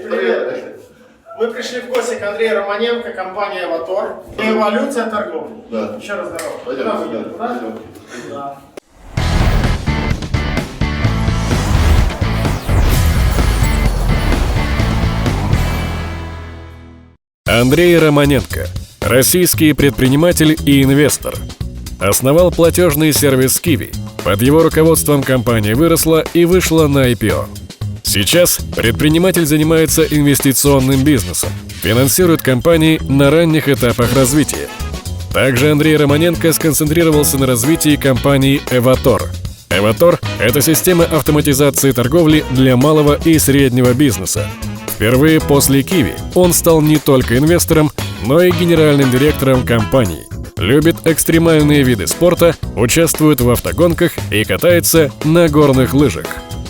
привет. Мы пришли в гости к Андрею Романенко, компания «Эватор». Эволюция торговли. Да. Еще раз здорово. Пойдем. Да. Андрей Романенко – российский предприниматель и инвестор. Основал платежный сервис Kiwi. Под его руководством компания выросла и вышла на IPO. Сейчас предприниматель занимается инвестиционным бизнесом, финансирует компании на ранних этапах развития. Также Андрей Романенко сконцентрировался на развитии компании «Эватор». «Эватор» — это система автоматизации торговли для малого и среднего бизнеса. Впервые после Kiwi он стал не только инвестором, но и генеральным директором компании. Любит экстремальные виды спорта, участвует в автогонках и катается на горных лыжах.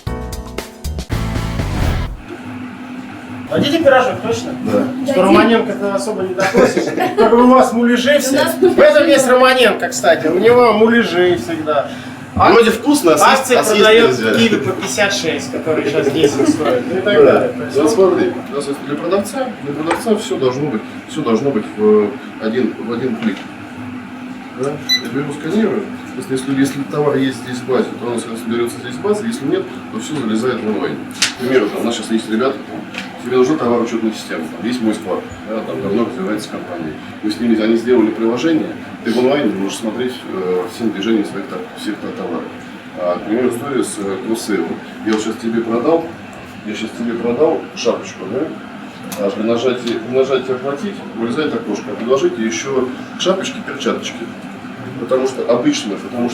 Дадите пирожок, точно? Да. Что Романенко-то особо не допросишь. Как у вас муляжи все. В этом есть Романенко, кстати. У него муляжи всегда. Вроде вкусно, Акции съесть продает нельзя. Kiwi по 56, который сейчас 10 стоит. И так далее. То есть, Да, смотри, для продавца все должно быть в один клик. Да? Я беру, сканирую. Если товар есть здесь в базе, то он берется здесь в базе, если нет, то все залезает в онлайн. К примеру, у нас сейчас есть ребята, тебе нужна товароучетная система, там есть мой склад, да, там давно развивается компания. Мы с ними, они сделали приложение, ты в онлайне можешь смотреть все движения всех товаров. К примеру, история с кроссейлом. Я вот сейчас тебе продал шапочку, да? При нажатии «Оплатить» вылезает окошко. Предложите еще шапочки, перчаточки. Потому что обычно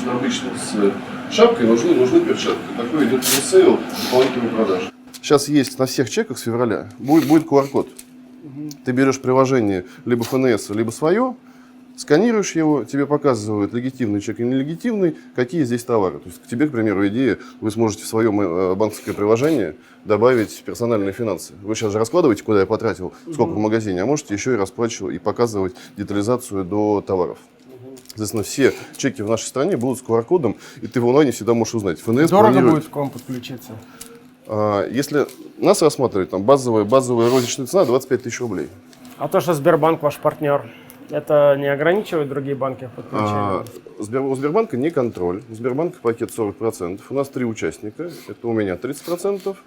с шапкой нужны перчатки. Такой идет сейл дополнительной продажи. Сейчас есть на всех чеках с февраля будет QR-код. Ты берешь приложение либо ФНС, либо свое, сканируешь его, тебе показывают легитимный чек и нелегитимный, какие здесь товары. То есть к тебе, к примеру, идея, вы сможете в свое банковское приложение добавить персональные финансы. Вы сейчас же раскладываете, куда я потратил, сколько в магазине, а можете еще и расплачивать и показывать детализацию до товаров. Соответственно, все чеки в нашей стране будут с QR-кодом, и ты в онлайне всегда можешь узнать. ФНС дорого планирует... будет к вам подключиться? Если нас рассматривать, там базовая розничная цена 25 тысяч рублей. А то, что Сбербанк ваш партнер, это не ограничивает другие банки в подключении? У Сбербанка не контроль. У Сбербанка пакет 40%. У нас 3 участника. Это у меня 30%.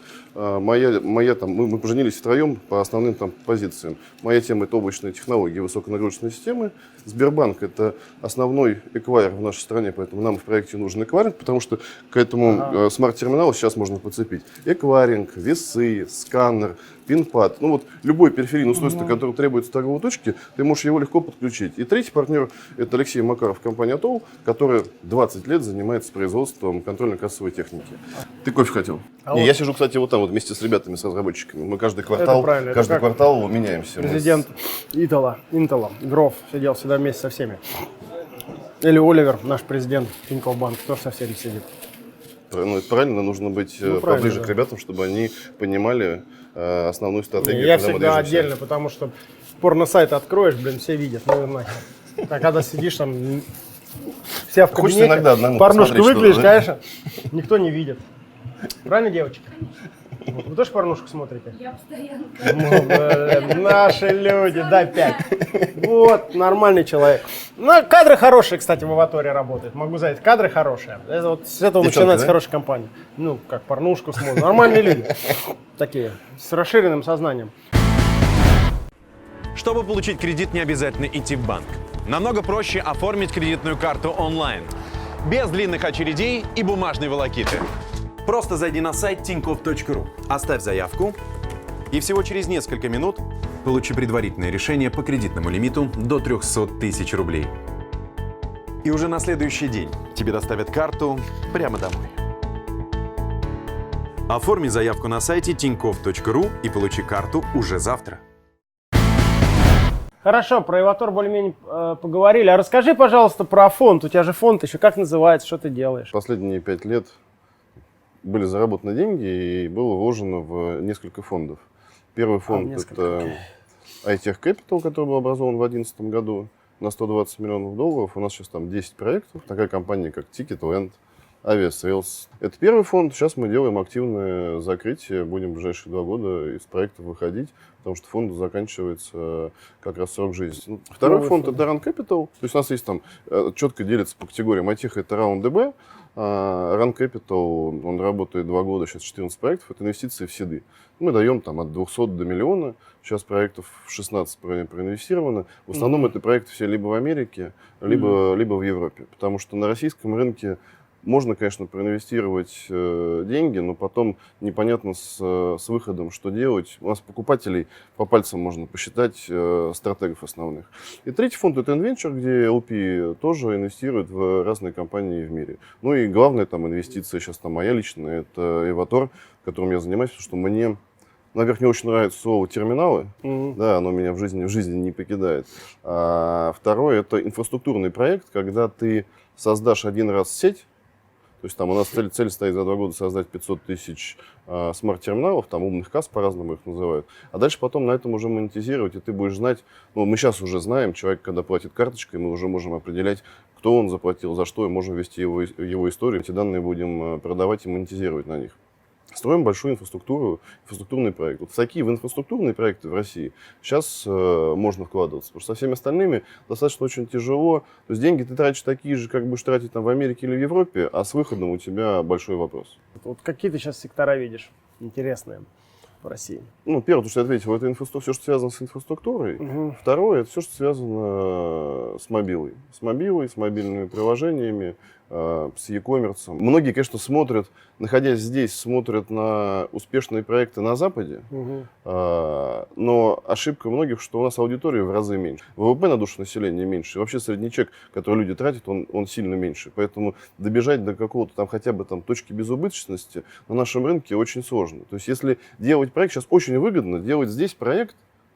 Мы поженились втроем по основным позициям. Моя тема – это облачные технологии, высоконагрузочные системы. Сбербанк – это основной эквайр в нашей стране, поэтому нам в проекте нужен эквайринг, потому что к этому смарт-терминалу сейчас можно подцепить эквайринг, весы, сканер, пин-пад. Ну вот любое периферийное устройство, которое требуется в торговой точке, ты можешь его легко подключить. И третий партнер – это Алексей Макаров, компания «Атол», которая 20 лет занимается производством контрольно-кассовой техники. Ты кофе хотел? Не, я сижу, кстати, вот там вот вместе с ребятами, с разработчиками. Мы каждый квартал меняемся. Президент Интела, Гроф, сидел всегда вместе со всеми. Или Оливер, наш президент Тинькофф Банк, тоже со всеми сидит. Ну, это правильно, нужно быть поближе к ребятам, чтобы они понимали основную стратегию. Я всегда отдельно, потому что порно-сайт откроешь, все видят, нахер. А когда сидишь там, вся в кабинете, иногда одному порнушку выключишь, да? конечно, никто не видит. Правильно, девочки? Вы тоже порнушку смотрите? Я постоянно. Наши люди, дай 5. Вот, нормальный человек. Ну, кадры хорошие, кстати, в «Эваторе» работают. Могу сказать, кадры хорошие. Это вот с этого начинается хорошая компания. Ну, как порнушку смотрят. Нормальные люди. Такие, с расширенным сознанием. Чтобы получить кредит, не обязательно идти в банк. Намного проще оформить кредитную карту онлайн. Без длинных очередей и бумажной волокиты. Просто зайди на сайт tinkoff.ru, оставь заявку и всего через несколько минут получи предварительное решение по кредитному лимиту до 300 тысяч рублей. И уже на следующий день тебе доставят карту прямо домой. Оформи заявку на сайте tinkoff.ru и получи карту уже завтра. Хорошо, про «Эватор» более-менее поговорили. А расскажи, пожалуйста, про фонд. У тебя же фонд еще как называется, что ты делаешь? Последние 5 лет были заработаны деньги и было вложено в несколько фондов. Первый фонд это iTech Capital, который был образован в 2011 году на $120 миллионов. У нас сейчас там 10 проектов. Такая компания, как Ticketland, Aviasales. Это первый фонд. Сейчас мы делаем активное закрытие. Будем в ближайшие 2 года из проектов выходить, потому что фонду заканчивается как раз срок жизни. Ну, второй фонд это Run Capital. То есть у нас есть там четко делится по категориям. Атиха это раунд ДБ. Run Capital, он работает 2 года, сейчас 14 проектов. Это инвестиции в седы. Мы даем там от 200 до миллиона. Сейчас проектов 16 проинвестировано. В основном это проекты все либо в Америке, либо в Европе. Потому что на российском рынке можно, конечно, проинвестировать деньги, но потом непонятно с выходом, что делать. У нас покупателей по пальцам можно посчитать, стратегов основных. И третий фонд это InVenture, где LP тоже инвестирует в разные компании в мире. Ну и главная там инвестиция сейчас там моя личная, это Evator, которым я занимаюсь, потому что мне, во-первых, мне очень нравится слово терминалы, да, оно меня в жизни не покидает. А второе это инфраструктурный проект, когда ты создашь один раз сеть. То есть там у нас цель стоит за 2 года создать 500 тысяч смарт-терминалов, там умных касс по-разному их называют. А дальше потом на этом уже монетизировать, и ты будешь знать, ну мы сейчас уже знаем, человек, когда платит карточкой, мы уже можем определять, кто он заплатил, за что, и можем вести его историю. Эти данные будем продавать и монетизировать на них. Строим большую инфраструктурный проект. Вот в инфраструктурные проекты в России сейчас можно вкладываться, потому что со всеми остальными достаточно очень тяжело. То есть деньги ты тратишь такие же, как будешь тратить там в Америке или в Европе, а с выходом у тебя большой вопрос. Вот какие ты сейчас сектора видишь интересные в России? Ну, первое, то, что я ответил, это все, что связано с инфраструктурой. Второе, это все, что связано с мобилой. С мобильными приложениями, с e-commerce. Многие, конечно, находясь здесь, смотрят на успешные проекты на Западе, но ошибка многих, что у нас аудитория в разы меньше. ВВП на душу населения меньше. И вообще средний чек, который люди тратят, он сильно меньше. Поэтому добежать до какого-то там хотя бы там точки безубыточности на нашем рынке очень сложно. То есть если делать проект, сейчас очень выгодно делать здесь проект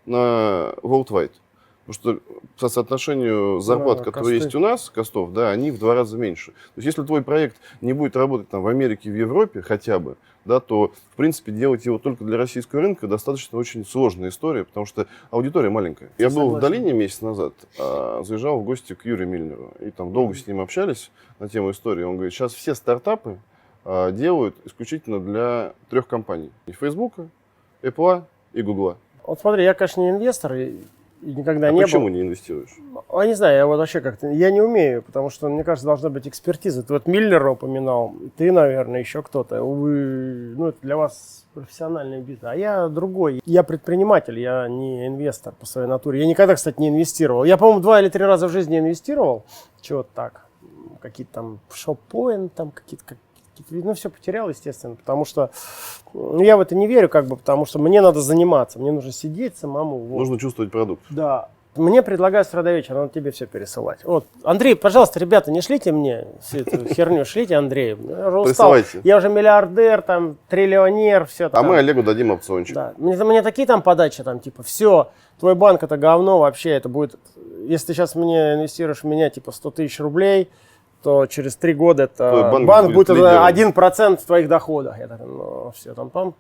на worldwide. Потому что по соотношению зарплат, которые есть у нас, костов, да, они в 2 раза меньше. То есть если твой проект не будет работать там в Америке, в Европе хотя бы, да, то в принципе делать его только для российского рынка достаточно очень сложная история, потому что аудитория маленькая. Я был в Долине месяц назад, заезжал в гости к Юрию Мильнеру, и там долго с ним общались на тему истории. Он говорит, сейчас все стартапы делают исключительно для 3 компаний. Facebook, Apple и Google. Вот смотри, я, конечно, не инвестор, и никогда не был. Почему не инвестируешь? А не знаю, я вот вообще как-то, я не умею, потому что, мне кажется, должна быть экспертиза. Ты вот Миллера упоминал, ты, наверное, еще кто-то. Ну, это для вас профессиональный бизнес. А я другой. Я предприниматель, я не инвестор по своей натуре. Я никогда, кстати, не инвестировал. Я, по-моему, 2 или 3 раза в жизни инвестировал. Чего-то так. Какие-то там шоп-поинт, там какие-то... Ну, все потерял, естественно, потому что я в это не верю, потому что мне надо заниматься, мне нужно сидеть самому. Вот. Нужно чувствовать продукт. Да. Мне предлагают с утра до вечера, надо тебе все пересылать. Вот. Андрей, пожалуйста, ребята, не шлите мне всю эту херню, шлите Андрею. Я уже устал. Я уже миллиардер, там, триллионер, все. А мы Олегу дадим опциончик. Да. Мне такие там подачи, там, типа, все, твой банк это говно, вообще это будет, если ты сейчас мне инвестируешь в меня, типа, 100 тысяч рублей, то через 3 года это банк будет 1% в твоих доходах. Я так, ну, все,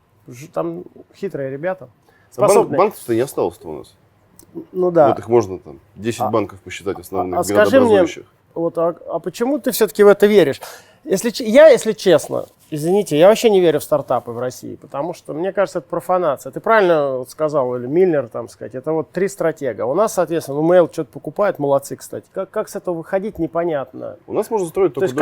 там хитрые ребята. Способные. Банков-то не осталось-то у нас. Ну да. Вот их можно там 10 банков посчитать основных скажи мне, вот, а почему ты все-таки в это веришь? Если честно, извините, я вообще не верю в стартапы в России, потому что, мне кажется, это профанация. Ты правильно вот сказал, или Мильнер, там сказать, это вот 3 стратега. У нас, соответственно, Mail что-то покупает, молодцы, кстати. Как с этого выходить, непонятно. У нас можно строить только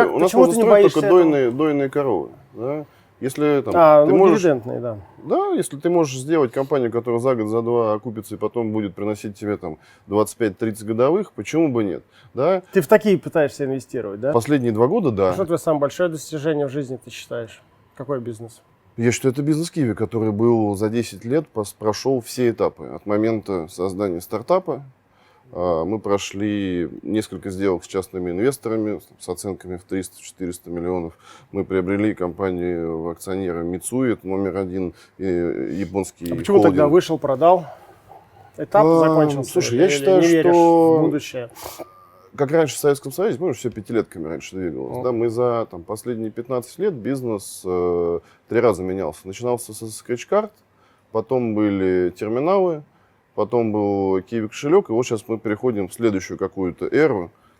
дойные коровы. Да? Если там, дивидендные, да. Да, если ты можешь сделать компанию, которая за год, за 2 окупится и потом будет приносить тебе там 25-30 годовых, почему бы нет? Да? Ты в такие пытаешься инвестировать, да? Последние 2 года, да. Что твое самое большое достижение в жизни, ты считаешь? Какой бизнес? Я считаю, это бизнес Киви, который был за 10 лет, прошел все этапы. От момента создания стартапа. Мы прошли несколько сделок с частными инвесторами, с оценками в 300-400 миллионов. Мы приобрели компанию в акционеры Mitsui, это номер 1 японский. А почему холдинг тогда вышел, продал? Этап закончился? Слушай, я считаю, что в будущее? Как раньше в Советском Союзе, помнишь, все 5-летками раньше двигалось. Да, мы за последние 15 лет бизнес 3 раза менялся. Начинался со скретч-карт, потом были терминалы, потом был Киви кошелек, и вот сейчас мы переходим в следующую какую-то эру.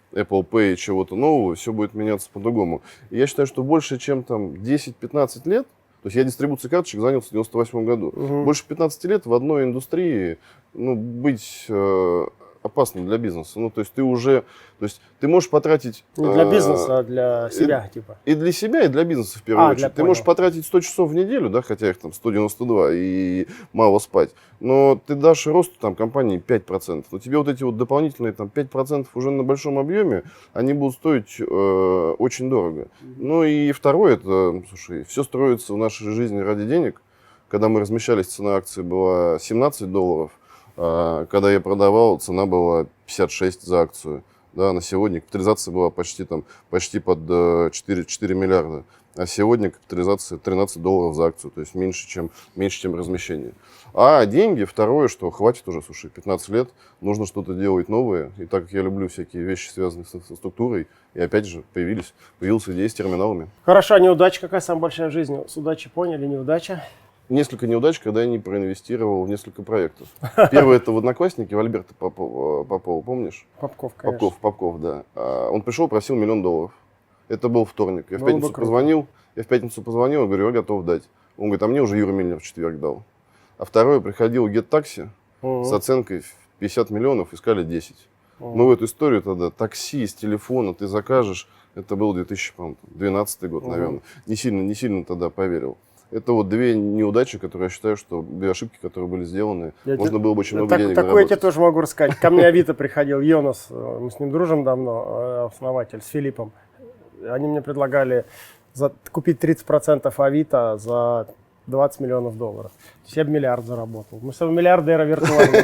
Apple Pay, чего-то нового, все будет меняться по-другому. И я считаю, что больше, чем там 10-15 лет, то есть я дистрибуцией карточек занялся в 98 году, больше 15 лет в одной индустрии, ну, быть опасно для бизнеса. Ну, то есть ты уже, то есть ты можешь потратить... Не для бизнеса, а для себя, типа. И для себя, и для бизнеса в первую очередь. Ты понял. можешь потратить 100 часов в неделю, да, хотя их там 192 и мало спать, но ты дашь росту там компании 5%. Но тебе вот эти вот дополнительные там 5% уже на большом объеме, они будут стоить очень дорого. Ну и второе, это, слушай, все строится в нашей жизни ради денег. Когда мы размещались, цена акции была $17, когда я продавал, цена была 56 за акцию. Да, на сегодня капитализация была почти под 4 миллиарда. А сегодня капитализация $13 за акцию, то есть меньше, чем размещение. А деньги, второе, что хватит уже, слушай, 15 лет, нужно что-то делать новое. И так как я люблю всякие вещи, связанные со структурой, и опять же появилась идея с терминалами. Хорошо, а неудача какая самая большая в жизни? С удачей поняли, неудача? Несколько неудач, когда я не проинвестировал в несколько проектов. Первый это в Одноклассники, в Альберта Попова, помнишь? Попков, конечно. Попков, да. Он пришел, просил $1 миллион. Это был вторник. Я в пятницу позвонил, говорю, я готов дать. Он говорит, а мне уже Юра Мильнер в четверг дал. А второй приходил GetTaxi с оценкой в 50 миллионов, искали 10. Мы в эту историю тогда, такси с телефона ты закажешь, это был 2012 год, наверное. Не сильно тогда поверил. Это вот две неудачи, которые я считаю, что две ошибки, которые были сделаны. Можно было бы очень много денег заработать. Такое я тебе тоже могу рассказать. Ко мне Авито приходил Йонас, мы с ним дружим давно, основатель, с Филиппом. Они мне предлагали купить 30% Авито за $20 миллионов. То есть я бы миллиард заработал. Мы с тобой миллиардеры виртуальные.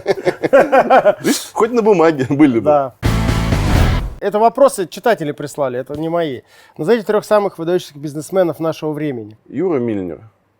Хоть на бумаге были бы. Да. Это вопросы читатели прислали, это не мои. Назовите 3 самых выдающихся бизнесменов нашего времени. Юра Мильнер,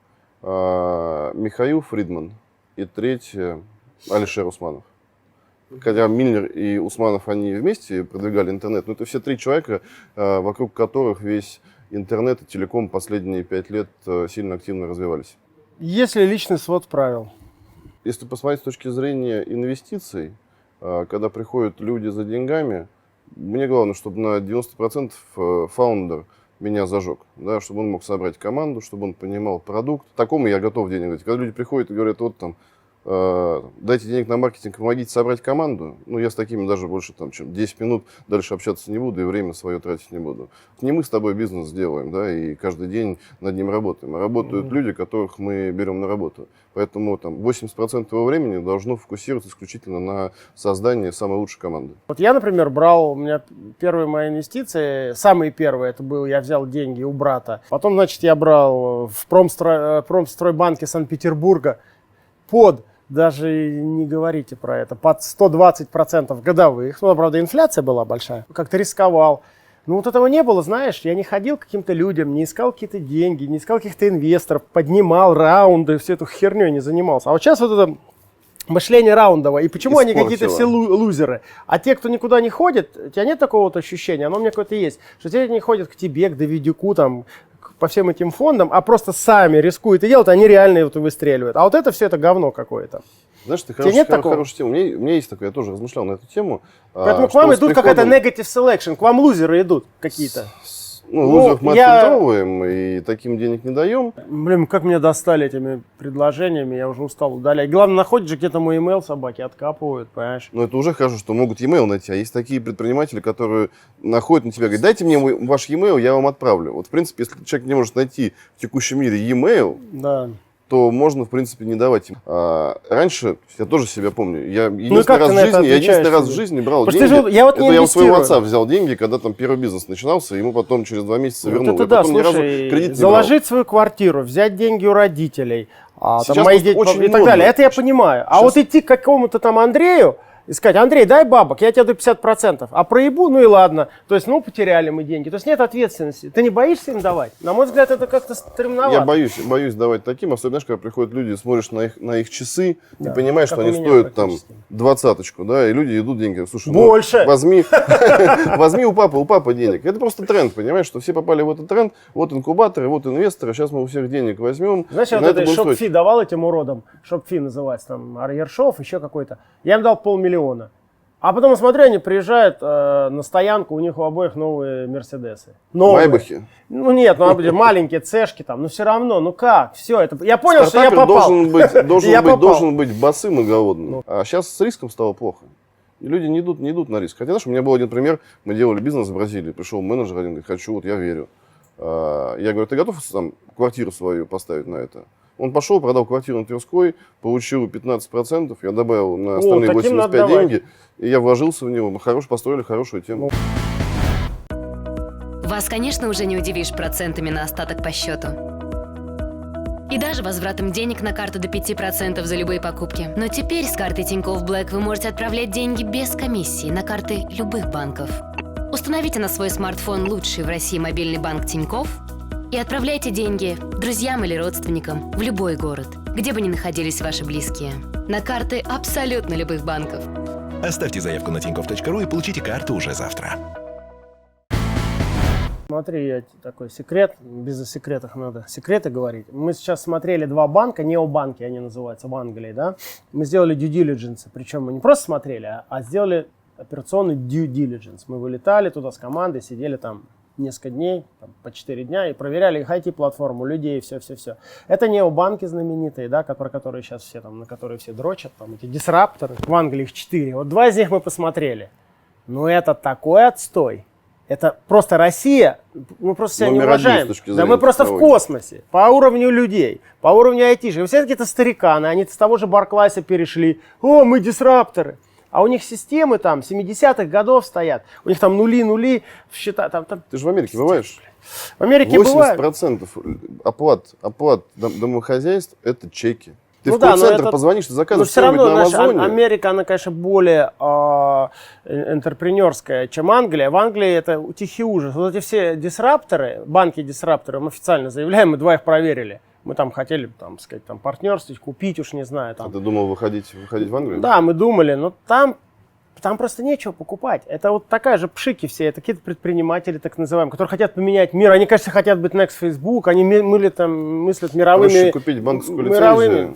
Михаил Фридман и третий Алишер Усманов. Хотя Мильнер и Усманов, они вместе продвигали интернет, но это все 3 человека, вокруг которых весь интернет и телеком последние 5 лет сильно активно развивались. Есть ли личный свод правил? Если посмотреть с точки зрения инвестиций, когда приходят люди за деньгами, мне главное, чтобы на 90% фаундер меня зажег, да, чтобы он мог собрать команду, чтобы он понимал продукт. Такому я готов денег дать. Когда люди приходят и говорят, вот там, дайте денег на маркетинг, помогите собрать команду, ну, я с такими даже больше, чем 10 минут дальше общаться не буду и время свое тратить не буду. Не мы с тобой бизнес делаем, да, и каждый день над ним работаем. А работают люди, которых мы берем на работу. Поэтому там 80% его времени должно фокусироваться исключительно на создании самой лучшей команды. Вот я, например, брал, у меня первые мои инвестиции, самые первые, это был, я взял деньги у брата. Потом, значит, я брал в Промстройбанке Санкт-Петербурга даже не говорите про это, под 120% годовых. Ну, правда, инфляция была большая. Как-то рисковал. Но вот этого не было, знаешь, я не ходил к каким-то людям, не искал какие-то деньги, не искал каких-то инвесторов, поднимал раунды, всю эту херню не занимался. А вот сейчас вот это мышление раундовое. И почему они какие-то все лузеры? А те, кто никуда не ходит, у тебя нет такого вот ощущения, оно у меня какое-то есть, что те не ходят к тебе, к Давидюку, там, по всем этим фондам, а просто сами рискуют и делают, они реально вот выстреливают. А вот это все это говно какое-то. Знаешь, ты хорошая тема. У меня есть такое, я тоже размышлял на эту тему. Поэтому к вам идут какая-то negative selection, к вам лузеры идут какие-то. Лузеров мы отфильтровываем и таким денег не даем. Блин, как меня достали этими предложениями, я уже устал удалять. Главное, находишь же где-то мой email, собаки откапывают, понимаешь? Ну, это уже хорошо, что могут e-mail найти. А есть такие предприниматели, которые находят на тебя, говорят, дайте мне ваш e-mail, я вам отправлю. Вот, в принципе, если человек не может найти в текущем мире e-mail, да, то можно, в принципе, не давать им. Раньше, я тоже себя помню, я единственный раз в жизни брал деньги. Я у своего отца взял деньги, когда там первый бизнес начинался, ему потом через 2 месяца вернул. Это да, слушай, заложить свою квартиру, взять деньги у родителей, там, мои дети и так далее, это я понимаю. А вот идти к какому-то там Андрею, и сказать, Андрей, дай бабок, я тебе даю 50%. А проебу, ну и ладно. То есть, потеряли мы деньги. То есть нет ответственности. Ты не боишься им давать? На мой взгляд, это как-то стремновато. Я боюсь давать таким, особенно, знаешь, когда приходят люди, смотришь на их часы, да, и понимаешь, что они стоят там 20-очку, да, и люди идут деньги. Слушай, больше. Возьми у папы денег. Это просто тренд, понимаешь, что все попали в этот тренд. Вот инкубаторы, вот инвесторы, сейчас мы у всех денег возьмем. Знаешь, я вот это шоп-фи давал этим уродам, шоп-фи называется, там, Ершов, еще какой-то. Я им дал $500 000. А потом, смотрю, они приезжают на стоянку, у них у обоих новые Мерседесы. Новые. Майбахи. Ну нет, ну маленькие цешки там, но все равно, ну как, все, это, я понял, что я Стартапер попал. должен быть босым и голодным. А сейчас с риском стало плохо. И люди не идут на риск. Хотя, знаешь, у меня был один пример, мы делали бизнес в Бразилии, пришел менеджер один, говорит, хочу, вот я верю. Я говорю, ты готов там квартиру свою поставить на это? Он пошел, продал квартиру на Тверской, получил 15%, я добавил на остальные 85 деньги, и я вложился в него. Мы построили хорошую тему. Вас, конечно, уже не удивишь процентами на остаток по счету. И даже возвратом денег на карту до 5% за любые покупки. Но теперь с карты Тинькофф Блэк вы можете отправлять деньги без комиссии на карты любых банков. Установите на свой смартфон лучший в России мобильный банк Тинькофф и отправляйте деньги друзьям или родственникам в любой город, где бы ни находились ваши близкие, на карты абсолютно любых банков. Оставьте заявку на tinkoff.ru и получите карту уже завтра. Смотри, я такой секрет, без секретов надо секреты говорить. Мы сейчас смотрели два банка, необанки они называются в Англии, да. Мы сделали due diligence, причем мы не просто смотрели, а сделали операционный due diligence. Мы вылетали туда с командой, сидели там несколько дней, там, по 4 дня и проверяли их IT-платформу, людей, все. Это необанки знаменитые, да, которые сейчас все там, на которые все дрочат, там эти дисрапторы. В Англии их 4. Вот 2 из них мы посмотрели. Ну это такой отстой. Это просто Россия, мы просто себя не уважаем. Да мы просто в космосе, по уровню людей, по уровню айтишек. Все какие-то стариканы, они с того же Барклайса перешли. О, мы дисрапторы. А у них системы там 70-х годов стоят. У них там нули в счета. Там... Ты же в Америке бываешь? В Америке 80% оплат домохозяйств – это чеки. Ты в колл-центр позвонишь, ты заказываешь что-нибудь на Амазоне. Америка, она, конечно, более интерпренерская, чем Англия. В Англии это тихий ужас. Вот эти все дисрапторы, банки-дисрапторы, мы официально заявляем, мы 2 их проверили. Мы там хотели, там, сказать, там, партнерствовать, купить, уж не знаю. Там. А ты думал выходить в Англию? Да, мы думали, но там просто нечего покупать. Это вот такая же пшики все, это какие-то предприниматели, так называемые, которые хотят поменять мир. Они, кажется, хотят быть next Facebook, они мыслят мировыми... Проще купить банковскую лицензию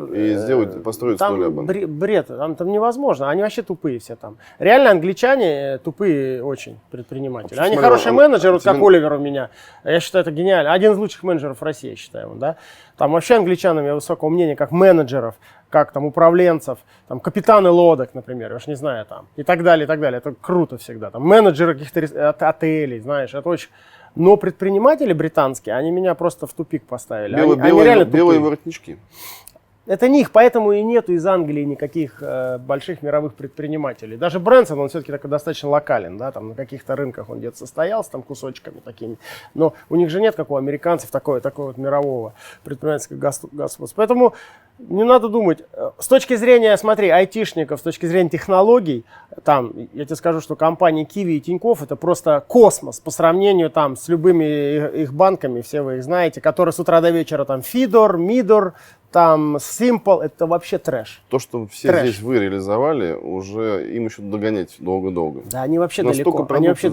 и построить с нуля банк. Бред, там невозможно. Они вообще тупые все там. Реально англичане тупые очень предприниматели. Они хорошие менеджеры, вот как Оливер у меня. Я считаю, это гениально. Один из лучших менеджеров России, я считаю. Да? Там вообще англичанам я высокого мнения, как менеджеров, как там управленцев, там капитаны лодок, например, я уж не знаю, там, и так далее, и так далее. Это круто всегда. Там менеджеры каких-то отелей, знаешь, это очень... Но предприниматели британские, они меня просто в тупик поставили. Белые воротнички. Это не их, поэтому и нету из Англии никаких больших мировых предпринимателей. Даже Брэнсон, он все-таки такой достаточно локален, да, там на каких-то рынках он где-то состоялся, там кусочками такими. Но у них же нет, как у американцев, такого вот мирового предпринимательского господства. Поэтому не надо думать. С точки зрения, смотри, айтишников, с точки зрения технологий, там, я тебе скажу, что компании Киви и Тинькофф это просто космос по сравнению там с любыми их банками, все вы их знаете, которые с утра до вечера там Фидор, Мидор, там Simple, это вообще трэш. То, что все здесь вы реализовали, уже им еще догонять долго-долго. Да, они вообще далеко. Они вообще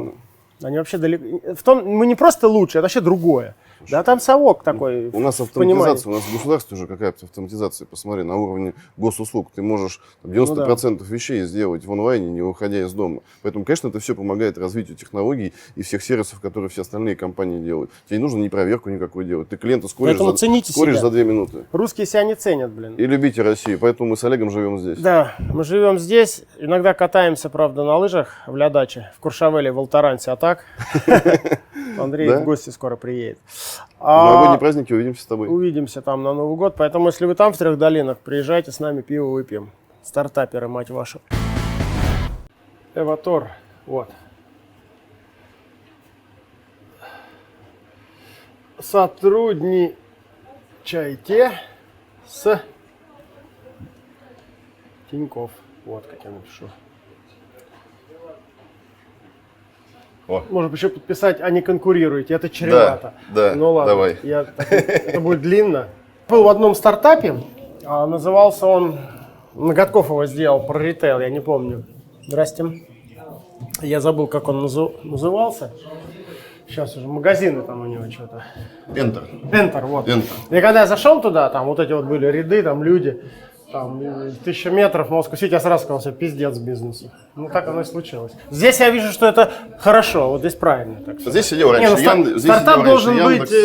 далеко. В том, мы не просто лучше, это вообще другое. Да, там совок такой. У нас автоматизация, у нас в государстве уже какая-то автоматизация. Посмотри, на уровне госуслуг ты можешь 90% вещей сделать в онлайне, не выходя из дома. Поэтому, конечно, это все помогает развитию технологий и всех сервисов, которые все остальные компании делают. Тебе не нужно ни проверку никакую делать. Ты клиента скоришь за 2 минуты. Русские себя не ценят, блин. И любите Россию, поэтому мы с Олегом живем здесь. Да, мы живем здесь. Иногда катаемся, правда, на лыжах в Лядаче, в Куршавеле, в Алтарансе, а так Андрей в гости скоро приедет. В новогодние праздники увидимся с тобой. Увидимся там на Новый год. Поэтому, если вы там в Трех Долинах, приезжайте с нами, пиво выпьем. Стартаперы, мать вашу. Эватор. Вот. Сотрудничайте с Тинькофф. Вот как я напишу. Можно еще подписать, а не конкурируйте, это чревато. Да, ну ладно, давай. Это будет длинно. Был в одном стартапе, назывался он, Ноготков его сделал, про ритейл, я не помню. Здрасте. Я забыл, как он назывался. Сейчас уже магазины там у него что-то. Enter, вот. Enter. И когда я зашел туда, там вот эти вот были ряды, там люди. там 1000 метров, Moscow City, я сразу сказал себе, пиздец бизнесу. Ну, так оно и случилось. Здесь я вижу, что это хорошо, вот здесь правильно. Так что. Здесь сидел раньше Не, стартап должен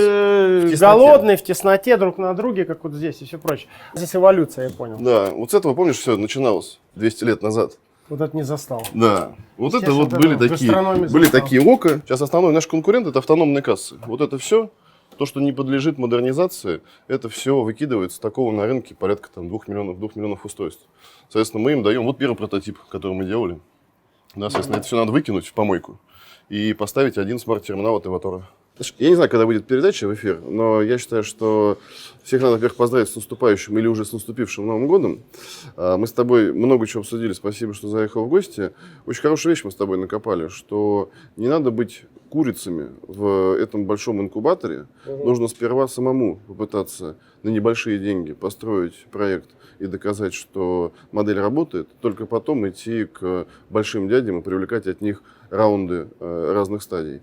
быть голодный, в тесноте, друг на друге, как вот здесь и все прочее. Здесь эволюция, я понял. Да, вот с этого, помнишь, все начиналось 200 лет назад. Вот это не застал. Да, вот это вот вот были это такие, застал. ОКО. Сейчас основной наш конкурент — это автономные кассы. Вот это все, то, что не подлежит модернизации, это все выкидывается такого на рынке порядка там, 2 миллионов устройств. Соответственно, мы им даем, вот первый прототип, который мы делали. Да, соответственно, это все надо выкинуть в помойку и поставить один смарт-терминал от Иватора. Я не знаю, когда выйдет передача в эфир, но я считаю, что всех надо, во-первых, поздравить с наступающим или уже с наступившим Новым годом. Мы с тобой много чего обсудили, спасибо, что заехал в гости. Очень хорошую вещь мы с тобой накопали, что не надо быть курицами в этом большом инкубаторе. Нужно сперва самому попытаться на небольшие деньги построить проект и доказать, что модель работает, только потом идти к большим дядям и привлекать от них раунды разных стадий.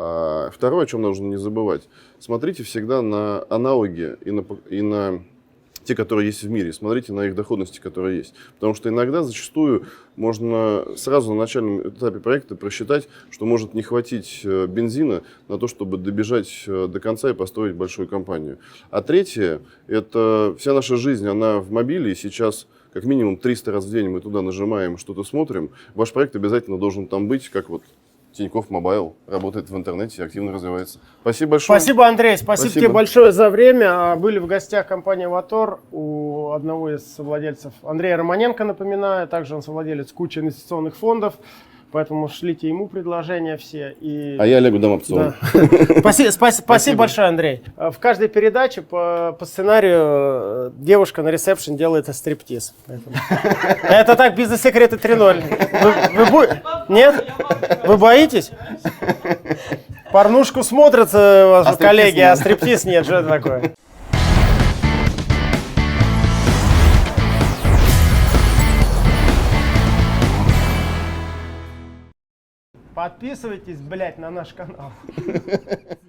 А второе, о чем нужно не забывать, смотрите всегда на аналоги и на те, которые есть в мире, смотрите на их доходности, которые есть. Потому что иногда, зачастую, можно сразу на начальном этапе проекта просчитать, что может не хватить бензина на то, чтобы добежать до конца и построить большую компанию. А третье, это вся наша жизнь, она в мобиле, и сейчас как минимум 300 раз в день мы туда нажимаем, что-то смотрим. Ваш проект обязательно должен там быть, как вот Тинькофф Мобайл работает в интернете и активно развивается. Спасибо большое. Спасибо, Андрей. Спасибо тебе большое за время. Были в гостях компании «Иватор» у одного из совладельцев Андрея Романенко, напоминаю. Также он совладелец кучи инвестиционных фондов. Поэтому шлите ему предложения все. А я Олегу дам опцион. Да. Спасибо большое, Андрей. В каждой передаче по сценарию девушка на ресепшн делает стриптиз. Это так, бизнес-секреты 3.0. Нет? Вы боитесь? Порнушку смотрят ваши коллеги, а стриптиз нет. Что это такое? Подписывайтесь, блядь, на наш канал.